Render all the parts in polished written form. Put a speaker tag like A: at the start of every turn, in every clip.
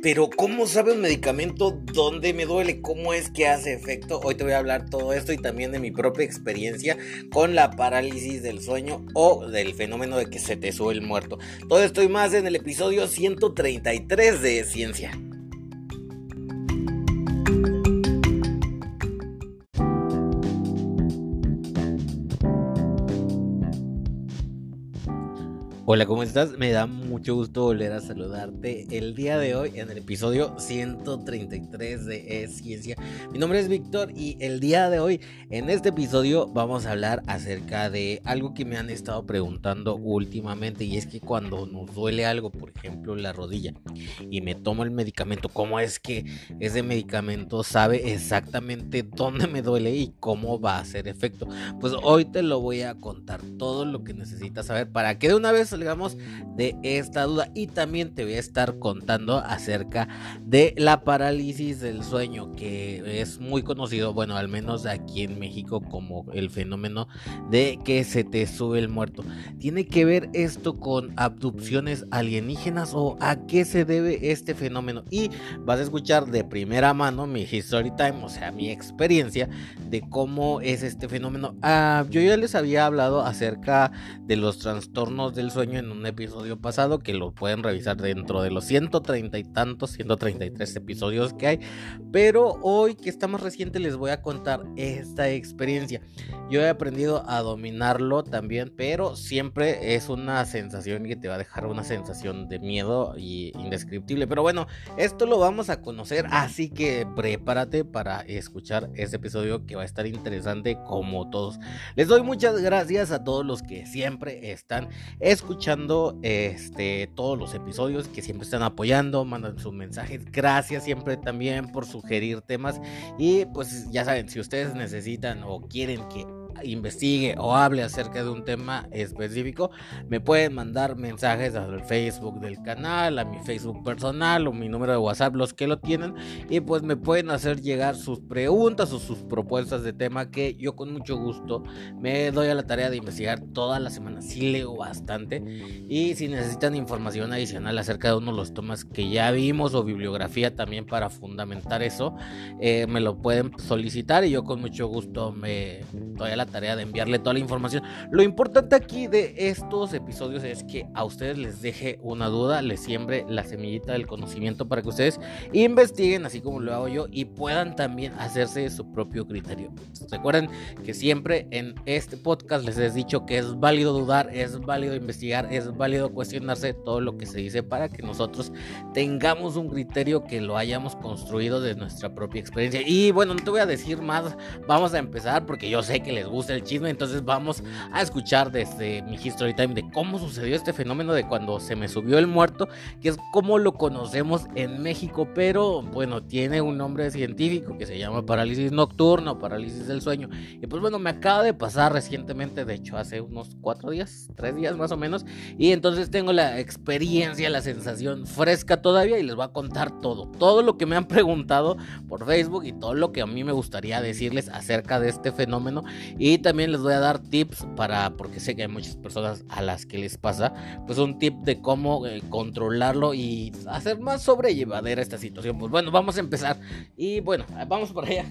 A: Pero ¿cómo sabe un medicamento dónde me duele? ¿Cómo es que hace efecto? Hoy te voy a hablar todo esto y también de mi propia experiencia con la parálisis del sueño o del fenómeno de que se te sube el muerto. Todo esto y más en el episodio 133 de Ciencia. Hola, ¿cómo estás? Me da mucho gusto volver a saludarte el día de hoy en el episodio 133 de Ciencia. Mi nombre es Víctor y el día de hoy en este episodio vamos a hablar acerca de algo que me han estado preguntando últimamente, y es que cuando nos duele algo, por ejemplo la rodilla, y me tomo el medicamento, ¿cómo es que ese medicamento sabe exactamente dónde me duele y cómo va a hacer efecto? Pues hoy te lo voy a contar todo lo que necesitas saber para que de una vez salgamos de esta duda, y también te voy a estar contando acerca de la parálisis del sueño, que es muy conocido, bueno, al menos aquí en México, como el fenómeno de que se te sube el muerto. ¿Tiene que ver esto con abducciones alienígenas o a qué se debe este fenómeno? Y vas a escuchar de primera mano mi history time, o sea, mi experiencia de cómo es este fenómeno. Yo ya les había hablado acerca de los trastornos del sueño en un episodio pasado, que lo pueden revisar dentro de los 133 episodios que hay, pero hoy, que está más reciente, les voy a contar esta experiencia. Yo he aprendido a dominarlo también, pero siempre es una sensación que te va a dejar una sensación de miedo y indescriptible. Pero bueno, esto lo vamos a conocer, así que prepárate para escuchar este episodio, que va a estar interesante como todos. Les doy muchas gracias a todos los que siempre están escuchando todos los episodios, que siempre están apoyando, mandan sus mensajes. Gracias siempre también por sugerir temas, y pues ya saben, si ustedes necesitan o quieren que investigue o hable acerca de un tema específico, me pueden mandar mensajes al Facebook del canal, a mi Facebook personal o mi número de WhatsApp, los que lo tienen, y pues me pueden hacer llegar sus preguntas o sus propuestas de tema, que yo con mucho gusto me doy a la tarea de investigar toda la semana. Sí leo bastante, y si necesitan información adicional acerca de uno de los temas que ya vimos o bibliografía también para fundamentar eso, me lo pueden solicitar, y yo con mucho gusto me doy a la tarea de enviarle toda la información. Lo importante aquí de estos episodios es que a ustedes les deje una duda, les siembre la semillita del conocimiento para que ustedes investiguen así como lo hago yo, y puedan también hacerse su propio criterio. Recuerden que siempre en este podcast les he dicho que es válido dudar, es válido investigar, es válido cuestionarse todo lo que se dice, para que nosotros tengamos un criterio que lo hayamos construido de nuestra propia experiencia. Y bueno, no te voy a decir más, vamos a empezar, porque yo sé que les gusta el chisme. Entonces vamos a escuchar desde mi history time de cómo sucedió este fenómeno de cuando se me subió el muerto, que es como lo conocemos en México, pero bueno, tiene un nombre científico que se llama parálisis nocturna o parálisis del sueño. Y pues bueno, me acaba de pasar recientemente, de hecho hace unos 3 días más o menos, y entonces tengo la experiencia, la sensación fresca todavía, y les voy a contar todo lo que me han preguntado por Facebook y todo lo que a mí me gustaría decirles acerca de este fenómeno. Y también les voy a dar tips porque sé que hay muchas personas a las que les pasa, pues un tip de cómo controlarlo y hacer más sobrellevadera esta situación. Pues bueno, vamos a empezar, y bueno, vamos por allá.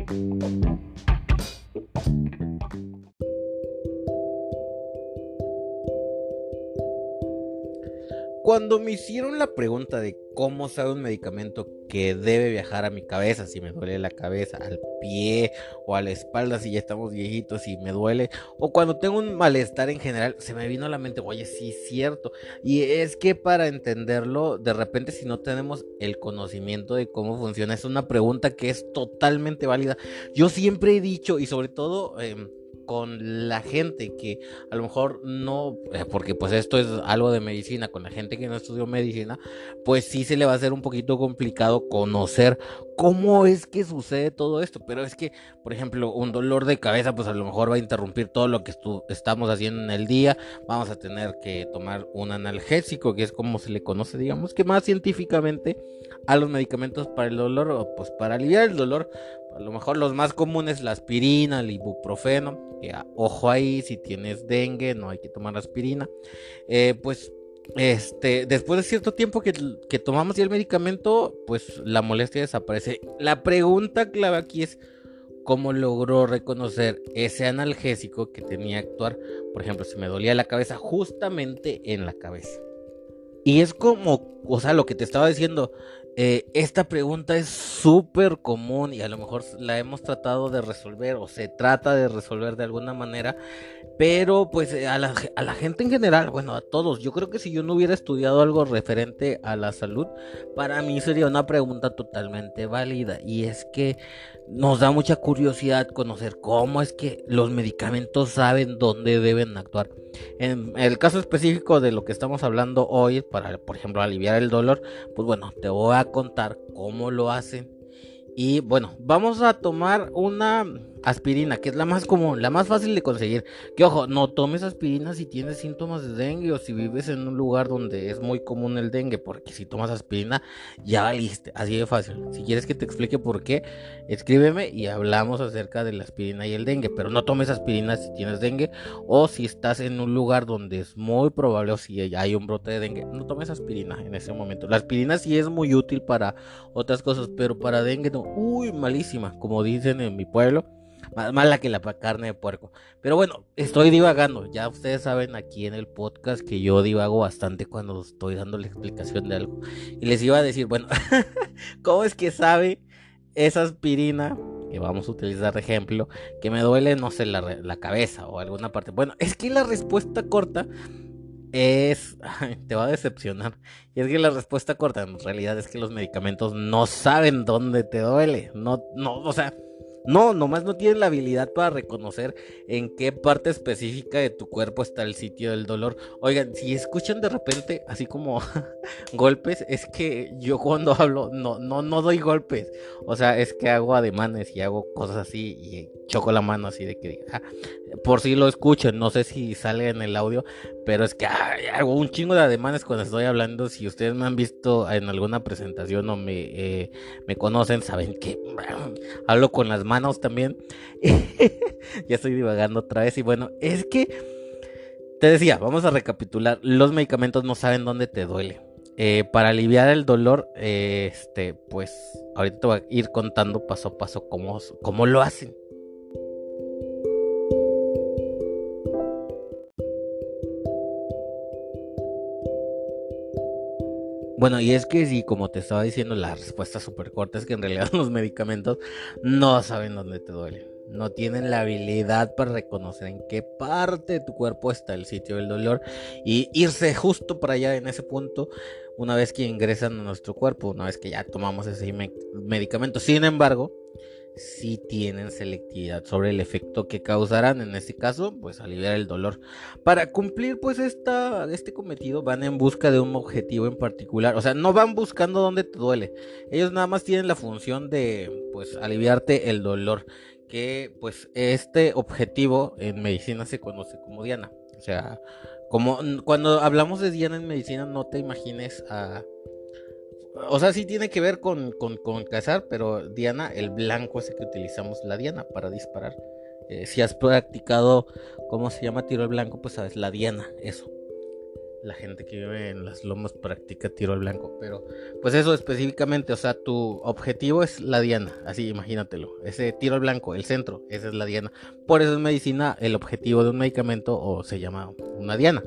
A: Cuando me hicieron la pregunta de cómo sabe un medicamento que debe viajar a mi cabeza, si me duele la cabeza, al pie o a la espalda, si ya estamos viejitos y me duele, o cuando tengo un malestar en general, se me vino a la mente, oye, sí es cierto. Y es que para entenderlo, de repente, si no tenemos el conocimiento de cómo funciona, es una pregunta que es totalmente válida. Yo siempre he dicho, y sobre todo con la gente que a lo mejor no, porque pues esto es algo de medicina, con la gente que no estudió medicina, pues sí se le va a hacer un poquito complicado conocer cómo es que sucede todo esto. Pero es que, por ejemplo, un dolor de cabeza, pues a lo mejor va a interrumpir todo lo que estamos haciendo en el día. Vamos a tener que tomar un analgésico, que es como se le conoce, digamos que más científicamente, a los medicamentos para el dolor, o pues para aliviar el dolor. A lo mejor los más comunes, la aspirina, el ibuprofeno, que ojo ahí, si tienes dengue no hay que tomar aspirina. Pues después de cierto tiempo que tomamos ya el medicamento, pues la molestia desaparece. La pregunta clave aquí es cómo logró reconocer ese analgésico que tenía que actuar. Por ejemplo, si me dolía la cabeza, justamente en la cabeza. Y es como, o sea, lo que te estaba diciendo, esta pregunta es súper común y a lo mejor la hemos tratado de resolver o se trata de resolver de alguna manera, pero pues a la gente en general, bueno, a todos, yo creo que si yo no hubiera estudiado algo referente a la salud, para mí sería una pregunta totalmente válida. Y es que nos da mucha curiosidad conocer cómo es que los medicamentos saben dónde deben actuar. En el caso específico de lo que estamos hablando hoy, para, por ejemplo, aliviar el dolor, pues bueno, te voy a contar cómo lo hacen. Y bueno, vamos a tomar una aspirina, que es la más común, la más fácil de conseguir. Que ojo, no tomes aspirina si tienes síntomas de dengue o si vives en un lugar donde es muy común el dengue, porque si tomas aspirina ya valiste, así de fácil. Si quieres que te explique por qué, escríbeme y hablamos acerca de la aspirina y el dengue. Pero no tomes aspirina si tienes dengue o si estás en un lugar donde es muy probable o si hay un brote de dengue. No tomes aspirina en ese momento. La aspirina sí es muy útil para otras cosas, pero para dengue no. Uy, malísima, como dicen en mi pueblo. Más mala que la carne de puerco. Pero bueno, estoy divagando. Ya ustedes saben aquí en el podcast que yo divago bastante cuando estoy dando la explicación de algo. Y les iba a decir, bueno, ¿cómo es que sabe esa aspirina que vamos a utilizar de ejemplo que me duele, no sé, la cabeza o alguna parte? Bueno, es que la respuesta corta es, ay, te va a decepcionar. Y es que la respuesta corta en realidad es que los medicamentos no saben dónde te duele. No, no, o sea, no, nomás no tienen la habilidad para reconocer en qué parte específica de tu cuerpo está el sitio del dolor. Oigan, si escuchan de repente así como golpes, es que yo cuando hablo no doy golpes. O sea, es que hago ademanes y hago cosas así y choco la mano así de que por si lo escuchan, no sé si sale en el audio, pero es que hago un chingo de ademanes cuando estoy hablando. Si ustedes me han visto en alguna presentación o me conocen, saben que hablo con las manos también. Ya estoy divagando otra vez. Y bueno, es que te decía, vamos a recapitular. Los medicamentos no saben dónde te duele. Para aliviar el dolor, pues ahorita te voy a ir contando paso a paso cómo lo hacen. Bueno, y es que sí, como te estaba diciendo, la respuesta súper corta es que en realidad los medicamentos no saben dónde te duele. No tienen la habilidad para reconocer en qué parte de tu cuerpo está el sitio del dolor y irse justo para allá en ese punto una vez que ingresan a nuestro cuerpo, una vez que ya tomamos ese medicamento. Sin embargo, si tienen selectividad sobre el efecto que causarán, en este caso, pues aliviar el dolor. Para cumplir pues este cometido van en busca de un objetivo en particular, o sea, no van buscando dónde te duele, ellos nada más tienen la función de pues aliviarte el dolor, que pues este objetivo en medicina se conoce como diana, o sea, como cuando hablamos de diana en medicina no te imagines a... O sea, sí tiene que ver con cazar, pero diana, el blanco ese que utilizamos, la diana para disparar. Si has practicado, ¿cómo se llama? Tiro al blanco, pues sabes, la diana, eso. La gente que vive en las lomas practica tiro al blanco, pero pues eso específicamente, o sea, tu objetivo es la diana, así imagínatelo. Ese tiro al blanco, el centro, esa es la diana. Por eso en medicina el objetivo de un medicamento o se llama una diana.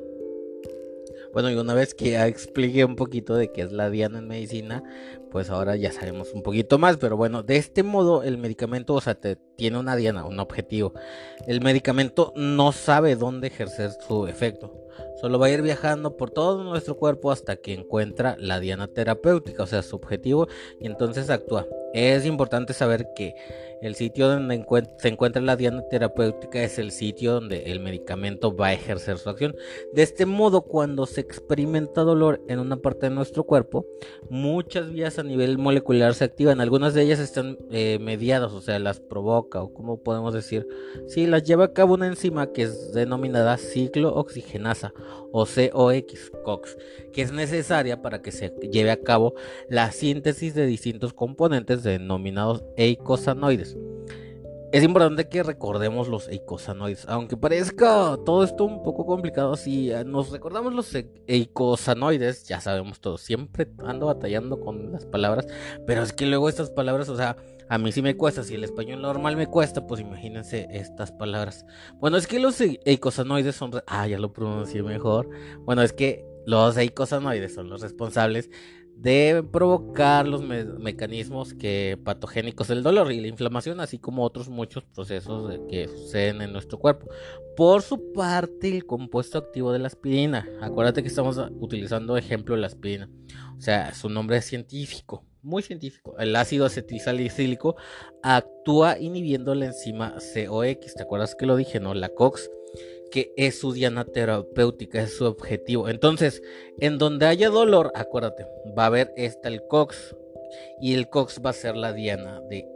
A: Bueno, y una vez que ya expliqué un poquito de qué es la diana en medicina, pues ahora ya sabemos un poquito más. Pero bueno, de este modo el medicamento, o sea, tiene una diana, un objetivo. El medicamento no sabe dónde ejercer su efecto. Solo va a ir viajando por todo nuestro cuerpo hasta que encuentra la diana terapéutica, o sea, su objetivo, y entonces actúa. Es importante saber que el sitio donde se encuentra la diana terapéutica es el sitio donde el medicamento va a ejercer su acción. De este modo, cuando se experimenta dolor en una parte de nuestro cuerpo, muchas vías a nivel molecular se activan. Algunas de ellas están mediadas, o sea, las provoca, o como podemos decir, sí, las lleva a cabo una enzima que es denominada ciclooxigenasa o COX, que es necesaria para que se lleve a cabo la síntesis de distintos componentes denominados eicosanoides. Es importante que recordemos los eicosanoides. Aunque parezca todo esto un poco complicado, si nos recordamos los eicosanoides, ya sabemos todo. Siempre ando batallando con las palabras, pero es que luego estas palabras, o sea, a mí sí me cuesta. Si el español normal me cuesta, pues imagínense estas palabras. Bueno, es que los eicosanoides son... ya lo pronuncié mejor. Bueno, es que los eicosanoides son los responsables de provocar los mecanismos patogénicos del dolor y la inflamación, así como otros muchos procesos que suceden en nuestro cuerpo. Por su parte, el compuesto activo de la aspirina, acuérdate que estamos utilizando ejemplo de la aspirina, o sea, su nombre es científico, muy científico. El ácido acetilsalicílico actúa inhibiendo la enzima COX, ¿te acuerdas que lo dije, no? La COX, que es su diana terapéutica, es su objetivo. Entonces, en donde haya dolor, acuérdate, va a haber el COX, y el COX va a ser la diana de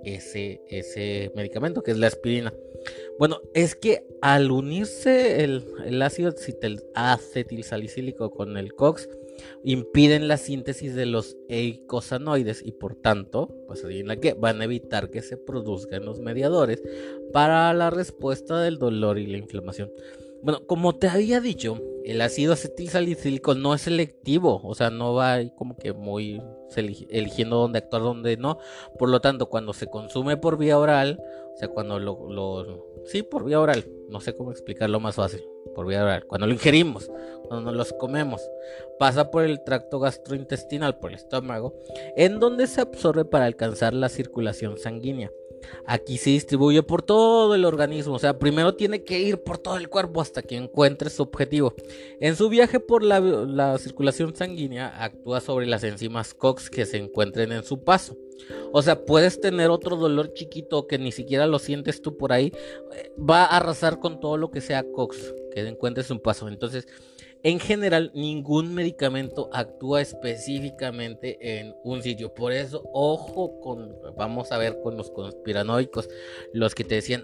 A: ese medicamento, que es la aspirina. Bueno, es que al unirse el ácido acetilsalicílico con el COX, impiden la síntesis de los eicosanoides y por tanto, pues adivina que van a evitar que se produzcan los mediadores para la respuesta del dolor y la inflamación. Bueno, como te había dicho, el ácido acetilsalicílico no es selectivo, o sea, no va ahí como que muy eligiendo dónde actuar, dónde no. Por lo tanto, cuando se consume por vía oral, o sea, cuando sí, por vía oral, no sé cómo explicarlo más fácil, por vía oral, cuando lo ingerimos, cuando nos los comemos, pasa por el tracto gastrointestinal, por el estómago, en donde se absorbe para alcanzar la circulación sanguínea. Aquí se distribuye por todo el organismo, o sea, primero tiene que ir por todo el cuerpo hasta que encuentre su objetivo. En su viaje por la circulación sanguínea actúa sobre las enzimas COX que se encuentren en su paso. O sea, puedes tener otro dolor chiquito que ni siquiera lo sientes tú por ahí, va a arrasar con todo lo que sea COX que encuentres en su paso. Entonces, en general, ningún medicamento actúa específicamente en un sitio. Por eso, ojo vamos a ver con los conspiranoicos, los que te decían,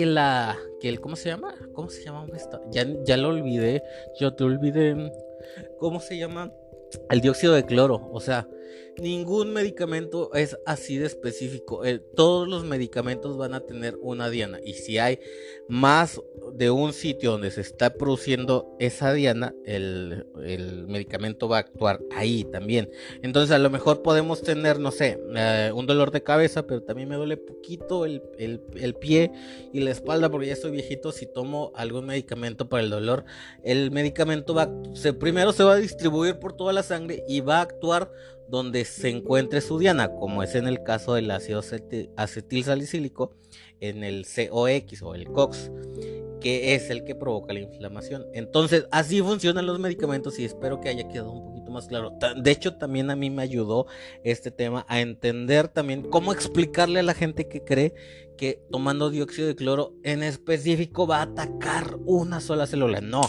A: ¿cómo se llama? ¿Cómo se llama esto? Ya lo olvidé, yo te olvidé. ¿Cómo se llama? El dióxido de cloro, o sea, ningún medicamento es así de específico. Todos los medicamentos van a tener una diana, y si hay más de un sitio donde se está produciendo esa diana, el medicamento va a actuar ahí también. Entonces a lo mejor podemos tener, no sé, un dolor de cabeza, pero también me duele poquito el pie y la espalda porque ya estoy viejito. Si tomo algún medicamento para el dolor, el medicamento primero se va a distribuir por toda la sangre y va a actuar donde se encuentre su diana, como es en el caso del ácido acetilsalicílico, en el COX o el COX, que es el que provoca la inflamación. Entonces, así funcionan los medicamentos y espero que haya quedado un poquito más claro. De hecho, también a mí me ayudó este tema a entender también cómo explicarle a la gente que cree que tomando dióxido de cloro en específico va a atacar una sola célula. No,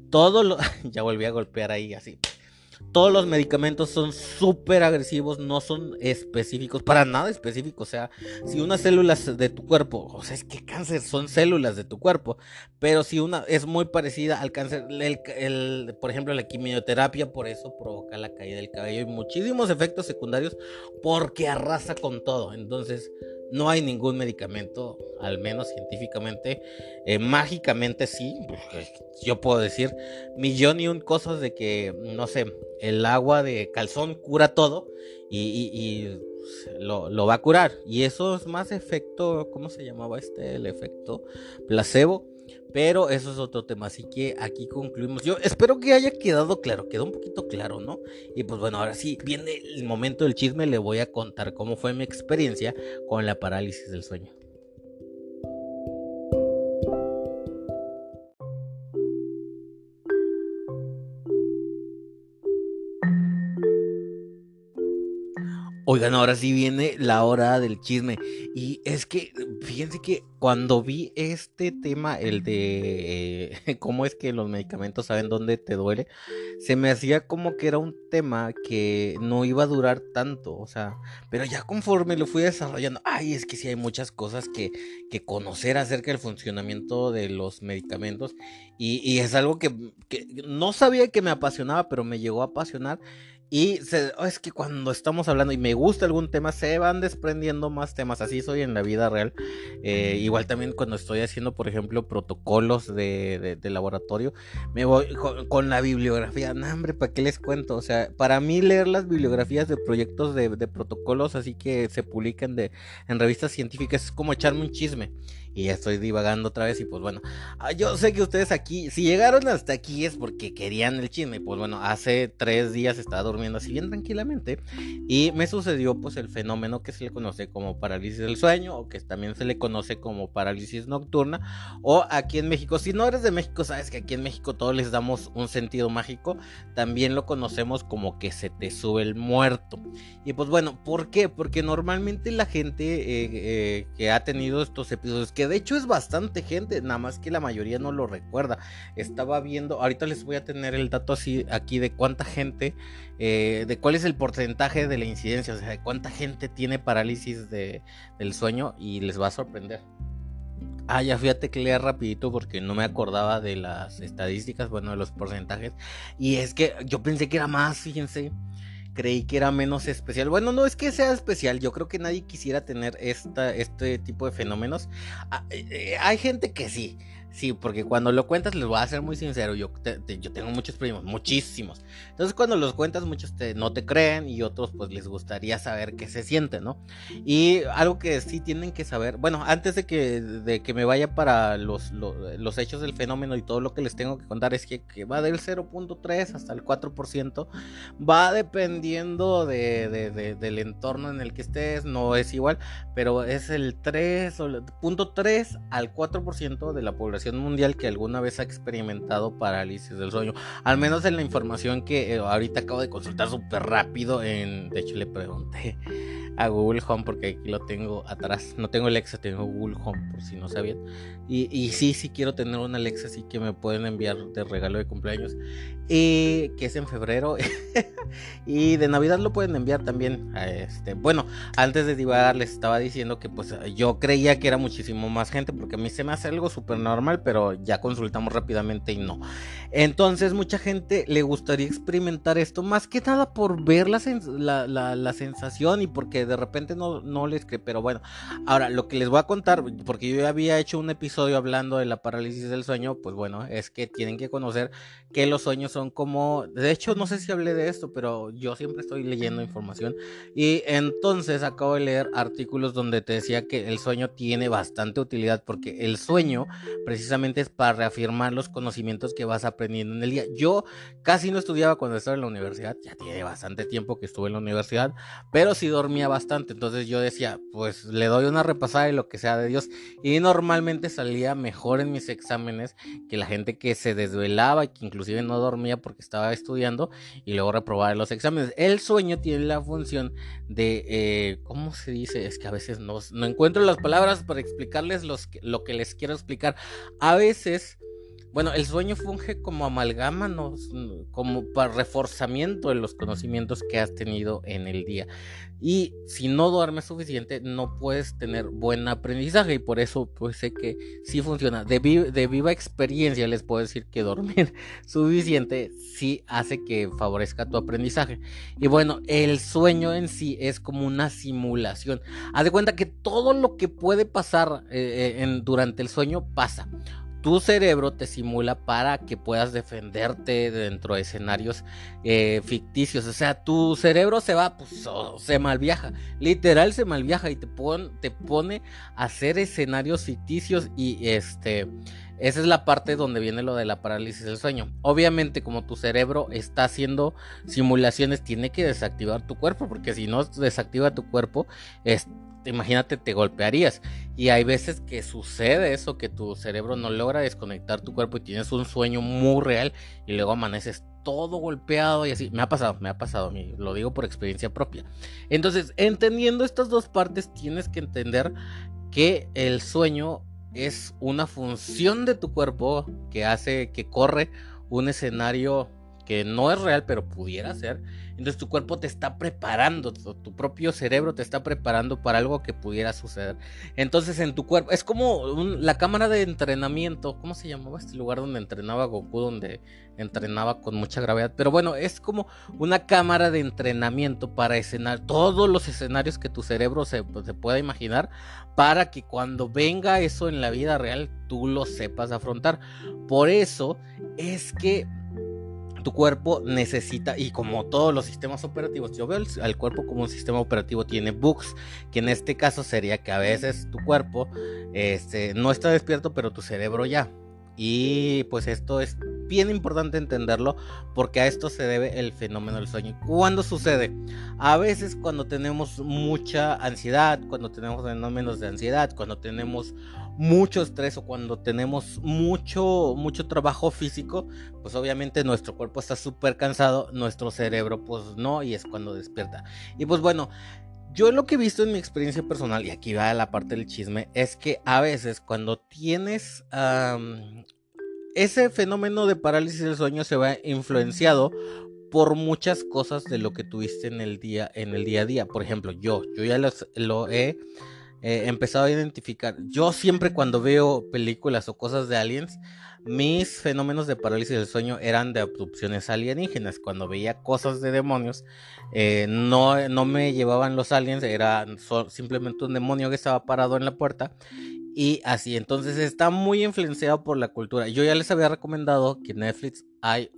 A: ya volví a golpear ahí así. Todos los medicamentos son súper agresivos, no son específicos, para nada específicos. O sea, si una célula de tu cuerpo, o sea, es que cáncer son células de tu cuerpo, pero si una es muy parecida al cáncer, por ejemplo, la quimioterapia, por eso provoca la caída del cabello y muchísimos efectos secundarios porque arrasa con todo. Entonces, no hay ningún medicamento, al menos científicamente, mágicamente sí. Yo puedo decir millón y un cosas de que, no sé, el agua de calzón cura todo y lo va a curar. Y eso es más efecto, ¿cómo se llamaba el efecto placebo? Pero eso es otro tema, así que aquí concluimos. Yo espero que haya quedado claro, quedó un poquito claro, ¿no? Y pues bueno, ahora sí, viene el momento del chisme, le voy a contar cómo fue mi experiencia con la parálisis del sueño. Oigan, ahora sí viene la hora del chisme. Y es que, fíjense que cuando vi este tema, el de cómo es que los medicamentos saben dónde te duele, se me hacía como que era un tema que no iba a durar tanto, o sea, pero ya conforme lo fui desarrollando, es que sí hay muchas cosas que conocer acerca del funcionamiento de los medicamentos, y es algo que no sabía que me apasionaba, pero me llegó a apasionar. Y es que cuando estamos hablando y me gusta algún tema, se van desprendiendo más temas. Así soy en la vida real. Igual también cuando estoy haciendo, por ejemplo, protocolos de laboratorio, me voy con la bibliografía. No, hombre, ¿para qué les cuento? O sea, para mí leer las bibliografías de proyectos de protocolos, así que se publican en revistas científicas, es como echarme un chisme. Y ya estoy divagando otra vez y pues bueno, yo sé que ustedes aquí, si llegaron hasta aquí es porque querían el chisme. Pues bueno, hace 3 días estaba durmiendo así bien tranquilamente y me sucedió pues el fenómeno que se le conoce como parálisis del sueño, o que también se le conoce como parálisis nocturna, o aquí en México, si no eres de México, sabes que aquí en México todos les damos un sentido mágico, también lo conocemos como que se te sube el muerto. Y pues bueno, ¿por qué? Porque normalmente la gente que ha tenido estos episodios, que de hecho es bastante gente, nada más que la mayoría no lo recuerda. Estaba viendo, ahorita les voy a tener el dato así aquí de cuánta gente, de cuál es el porcentaje de la incidencia, o sea, de cuánta gente tiene parálisis del sueño, y les va a sorprender. Ya fíjate que leer rapidito porque no me acordaba de las estadísticas, bueno, de los porcentajes. Y es que yo pensé que era más, fíjense. Creí que era menos especial. Bueno, no es que sea especial, yo creo que nadie quisiera tener este tipo de fenómenos. Hay gente que sí, porque cuando lo cuentas, les voy a ser muy sincero, yo tengo muchos primos, muchísimos. Entonces cuando los cuentas, muchos no te creen y otros pues les gustaría saber qué se siente, ¿no? Y algo que sí tienen que saber, bueno, antes de que me vaya para los hechos del fenómeno y todo lo que les tengo que contar, es que va del 0.3 hasta el 4%, va dependiendo del entorno en el que estés, no es igual, pero es el 3.3 al 4% de la población mundial que alguna vez ha experimentado parálisis del sueño. Al menos en la información que ahorita acabo de consultar súper rápido. De hecho le pregunté a Google Home, porque aquí lo tengo atrás. No tengo Alexa, tengo Google Home, por si no sabían. Y sí quiero tener una Alexa, así que me pueden enviar de regalo de cumpleaños, que es en febrero. Y de Navidad lo pueden enviar también. Bueno, antes de divagar les estaba diciendo que pues yo creía que era muchísimo más gente, porque a mí se me hace algo súper normal, pero ya consultamos rápidamente y no. Entonces mucha gente le gustaría experimentar esto, más que nada por ver la sensación, y porque de repente no les cree. Pero bueno, ahora lo que les voy a contar, porque yo ya había hecho un episodio hablando de la parálisis del sueño, pues bueno, es que tienen que conocer que los sueños son como, de hecho no sé si hablé de esto, pero yo siempre estoy leyendo información, y entonces acabo de leer artículos donde te decía que el sueño tiene bastante utilidad, porque el sueño precisamente es para reafirmar los conocimientos que vas aprendiendo en el día. Yo casi no estudiaba cuando estaba en la universidad, ya tiene bastante tiempo que estuve en la universidad, pero sí dormía bastante. Entonces yo decía, pues le doy una repasada y lo que sea de Dios, y normalmente salía mejor en mis exámenes que la gente que se desvelaba y que inclusive no dormía porque estaba estudiando y luego reprobaba los exámenes. El sueño tiene la función de, ¿cómo se dice? Es que a veces no encuentro las palabras para explicarles lo que les quiero explicar. A veces, bueno, el sueño funge como amalgama, ¿no? Como para reforzamiento de los conocimientos que has tenido en el día. Y si no duermes suficiente, no puedes tener buen aprendizaje, y por eso pues sé que sí funciona. De viva experiencia les puedo decir que dormir suficiente sí hace que favorezca tu aprendizaje. Y bueno, el sueño en sí es como una simulación. Haz de cuenta que todo lo que puede pasar durante el sueño pasa. Tu cerebro te simula para que puedas defenderte dentro de escenarios ficticios. O sea, tu cerebro se va, pues se malviaja. Literal se malviaja y te pone a hacer escenarios ficticios. Y esa es la parte donde viene lo de la parálisis del sueño. Obviamente, como tu cerebro está haciendo simulaciones, tiene que desactivar tu cuerpo, porque si no desactiva tu cuerpo, imagínate, te golpearías. Y hay veces que sucede eso, que tu cerebro no logra desconectar tu cuerpo y tienes un sueño muy real y luego amaneces todo golpeado y así. Me ha pasado a mí, lo digo por experiencia propia. Entonces, entendiendo estas dos partes, tienes que entender que el sueño es una función de tu cuerpo que hace que corre un escenario que no es real, pero pudiera ser. Entonces tu cuerpo te está preparando, tu propio cerebro te está preparando para algo que pudiera suceder. Entonces en tu cuerpo, es como la cámara de entrenamiento. ¿Cómo se llamaba este lugar donde entrenaba Goku? Donde entrenaba con mucha gravedad. Pero bueno, es como una cámara de entrenamiento para todos los escenarios que tu cerebro se pueda imaginar, para que cuando venga eso en la vida real, tú lo sepas afrontar. Por eso es que tu cuerpo necesita, y como todos los sistemas operativos, yo veo al cuerpo como un sistema operativo, tiene bugs, que en este caso sería que a veces tu cuerpo no está despierto, pero tu cerebro ya. Y pues esto es bien importante entenderlo, porque a esto se debe el fenómeno del sueño. ¿Cuándo sucede? A veces cuando tenemos mucha ansiedad, cuando tenemos fenómenos de ansiedad, cuando tenemos mucho estrés o cuando tenemos mucho trabajo físico, pues obviamente nuestro cuerpo está súper cansado, nuestro cerebro pues no, y es cuando despierta. Y pues bueno, yo lo que he visto en mi experiencia personal, y aquí va la parte del chisme, es que a veces cuando tienes ese fenómeno de parálisis del sueño se va influenciado por muchas cosas de lo que tuviste en el día a día. Por ejemplo, yo ya lo he empezado a identificar. Yo siempre cuando veo películas o cosas de aliens, mis fenómenos de parálisis del sueño eran de abducciones alienígenas. Cuando veía cosas de demonios, no me llevaban los aliens, era simplemente un demonio que estaba parado en la puerta. Y así, entonces está muy influenciado por la cultura. Yo ya les había recomendado que en Netflix hay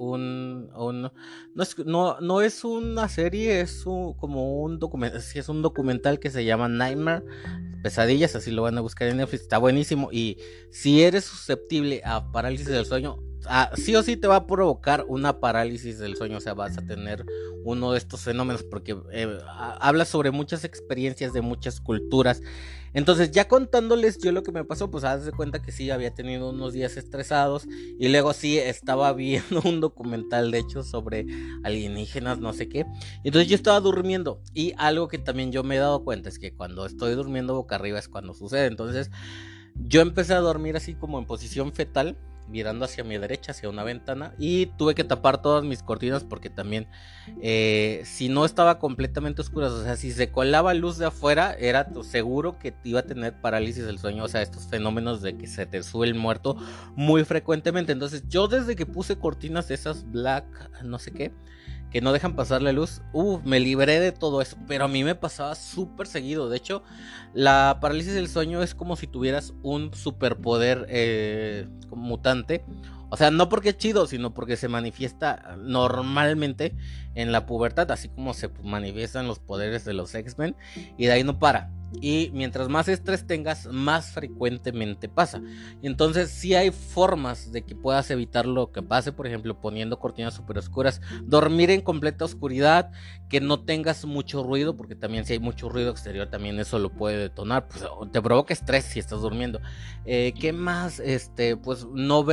A: no es una serie, es como un documental, sí, es un documental que se llama Nightmare, Pesadillas, así lo van a buscar en Netflix, está buenísimo. Y si eres susceptible a parálisis del sueño, sí o sí te va a provocar una parálisis del sueño, o sea, vas a tener uno de estos fenómenos, porque habla sobre muchas experiencias de muchas culturas. Entonces, ya contándoles yo lo que me pasó, pues haz de cuenta que sí, había tenido unos días estresados, y luego sí, estaba viendo un documental, de hecho, sobre alienígenas, no sé qué. Entonces yo estaba durmiendo, y algo que también yo me he dado cuenta es que cuando estoy durmiendo boca arriba es cuando sucede. Entonces yo empecé a dormir así como en posición fetal, mirando hacia mi derecha, hacia una ventana, y tuve que tapar todas mis cortinas porque también si no estaba completamente oscuras, o sea, si se colaba luz de afuera, era seguro que te iba a tener parálisis del sueño, o sea, estos fenómenos de que se te sube el muerto muy frecuentemente. Entonces yo desde que puse cortinas de esas black, no sé qué, que no dejan pasar la luz, me libré de todo eso, pero a mí me pasaba súper seguido. De hecho, la parálisis del sueño es como si tuvieras un superpoder mutante. O sea, no porque es chido, sino porque se manifiesta normalmente en la pubertad, así como se manifiestan los poderes de los X-Men, y de ahí no para. Y mientras más estrés tengas, más frecuentemente pasa. Entonces sí hay formas de que puedas evitar lo que pase, por ejemplo, poniendo cortinas súper oscuras, dormir en completa oscuridad, que no tengas mucho ruido, porque también si hay mucho ruido exterior, también eso lo puede detonar, pues te provoca estrés si estás durmiendo. ¿Qué más? Pues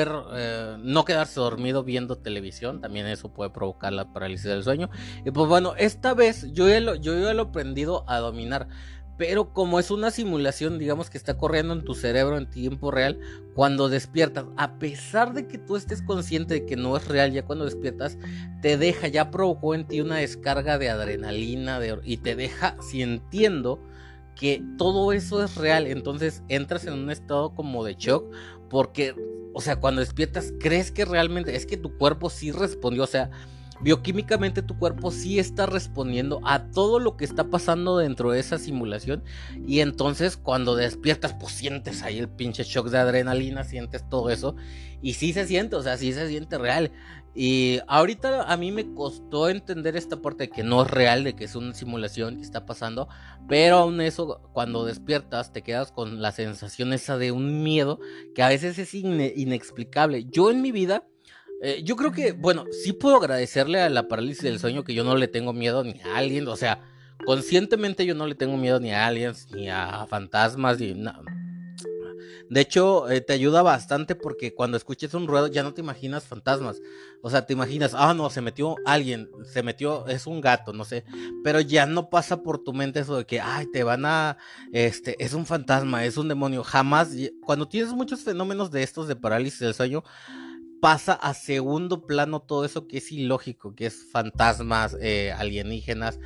A: no quedarse dormido viendo televisión, también eso puede provocar la parálisis del sueño. Y pues bueno, esta vez yo ya lo he aprendido a dominar. Pero como es una simulación, digamos que está corriendo en tu cerebro en tiempo real, cuando despiertas, a pesar de que tú estés consciente de que no es real, ya cuando despiertas, ya provocó en ti una descarga de adrenalina, y te deja sintiendo que todo eso es real. Entonces entras en un estado como de shock, porque, o sea, cuando despiertas, crees que realmente, es que tu cuerpo sí respondió, o sea, bioquímicamente tu cuerpo sí está respondiendo a todo lo que está pasando dentro de esa simulación. Y entonces cuando despiertas, pues sientes ahí el pinche shock de adrenalina, sientes todo eso, y sí se siente, o sea, sí se siente real. Y ahorita a mí me costó entender esta parte de que no es real, de que es una simulación que está pasando, pero aún eso, cuando despiertas te quedas con la sensación esa de un miedo que a veces es inexplicable. Yo en mi vida, yo creo que, bueno, sí puedo agradecerle a la parálisis del sueño que yo no le tengo miedo ni a alguien, o sea, conscientemente yo no le tengo miedo ni a aliens, ni a fantasmas, ni nada. De hecho, te ayuda bastante porque cuando escuches un ruedo ya no te imaginas fantasmas. O sea, te imaginas, no, se metió alguien, es un gato, no sé. Pero ya no pasa por tu mente eso de que, te van a, es un fantasma, es un demonio. Jamás, cuando tienes muchos fenómenos de estos de parálisis del sueño, pasa a segundo plano todo eso que es ilógico, que es fantasmas, alienígenas,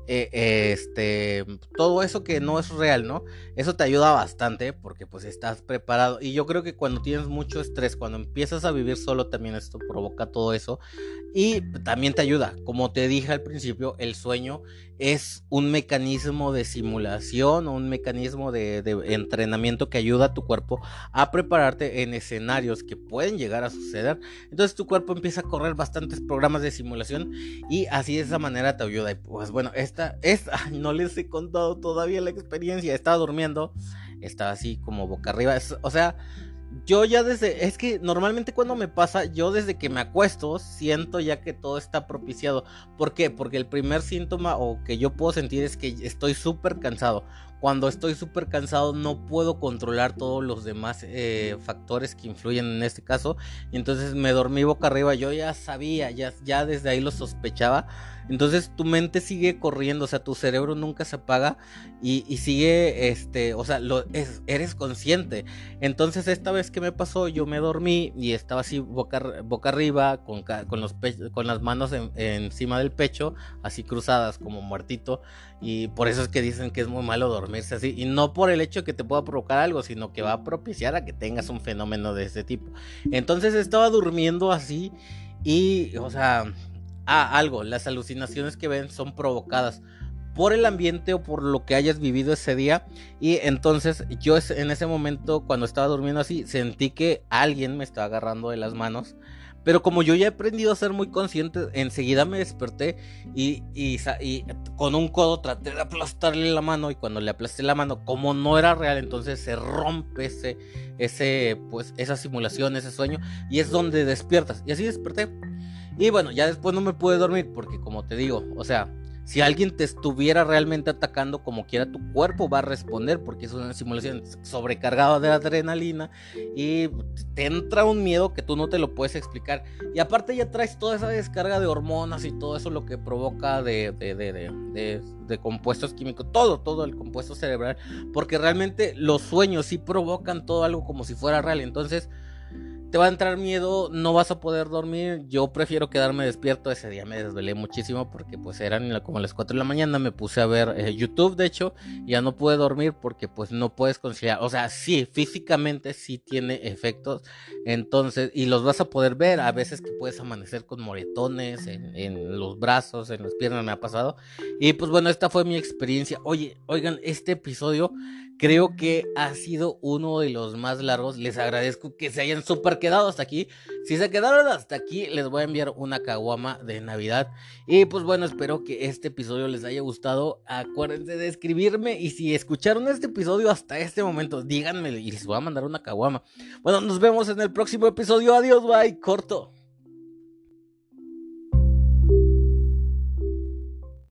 A: todo eso que no es real, ¿no? Eso te ayuda bastante porque pues estás preparado. Y yo creo que cuando tienes mucho estrés, cuando empiezas a vivir solo, también esto provoca todo eso. Y también te ayuda, como te dije al principio, el sueño es un mecanismo de simulación o un mecanismo de entrenamiento que ayuda a tu cuerpo a prepararte en escenarios que pueden llegar a suceder. Entonces tu cuerpo empieza a correr bastantes programas de simulación y así de esa manera te ayuda. Y pues bueno, no les he contado todavía la experiencia. Estaba durmiendo, estaba así como boca arriba, o sea, yo ya es que normalmente cuando me pasa, yo desde que me acuesto siento ya que todo está propiciado. ¿Por qué? Porque el primer síntoma o que yo puedo sentir es que estoy súper cansado. Cuando estoy súper cansado no puedo controlar todos los demás factores que influyen en este caso. Y entonces me dormí boca arriba, yo ya sabía, ya desde ahí lo sospechaba. Entonces tu mente sigue corriendo, o sea, tu cerebro nunca se apaga y sigue, o sea, eres consciente. Entonces esta vez que me pasó, yo me dormí y estaba así boca arriba, con las manos encima del pecho, así cruzadas como muertito. Y por eso es que dicen que es muy malo dormirse así. Y no por el hecho que te pueda provocar algo, sino que va a propiciar a que tengas un fenómeno de este tipo. Entonces estaba durmiendo así y, o sea, las alucinaciones que ven son provocadas por el ambiente o por lo que hayas vivido ese día. Y entonces yo en ese momento, cuando estaba durmiendo así, sentí que alguien me estaba agarrando de las manos. Pero como yo ya he aprendido a ser muy consciente, enseguida me desperté y con un codo traté de aplastarle la mano. Y cuando le aplasté la mano, como no era real, entonces se rompe pues esa simulación, ese sueño, y es donde despiertas. Y así desperté. Y bueno, ya después no me pude dormir porque, como te digo, o sea, si alguien te estuviera realmente atacando, como quiera, tu cuerpo va a responder porque es una simulación sobrecargada de adrenalina y te entra un miedo que tú no te lo puedes explicar. Y aparte ya traes toda esa descarga de hormonas y todo eso lo que provoca de compuestos químicos, todo el compuesto cerebral, porque realmente los sueños sí provocan todo algo como si fuera real. Entonces te va a entrar miedo, no vas a poder dormir. Yo prefiero quedarme despierto. Ese día me desvelé muchísimo porque pues eran como las 4 de la mañana. Me puse a ver YouTube, de hecho, ya no pude dormir porque pues no puedes conciliar. O sea, sí, físicamente sí tiene efectos. Entonces, y los vas a poder ver. A veces que puedes amanecer con moretones en los brazos, en las piernas, me ha pasado. Y pues bueno, esta fue mi experiencia. Oigan, este episodio creo que ha sido uno de los más largos. Les agradezco que se hayan súper quedado hasta aquí. Si se quedaron hasta aquí, les voy a enviar una caguama de Navidad. Y pues bueno, espero que este episodio les haya gustado. Acuérdense de escribirme. Y si escucharon este episodio hasta este momento, díganme y les voy a mandar una caguama. Bueno, nos vemos en el próximo episodio. Adiós, bye, corto.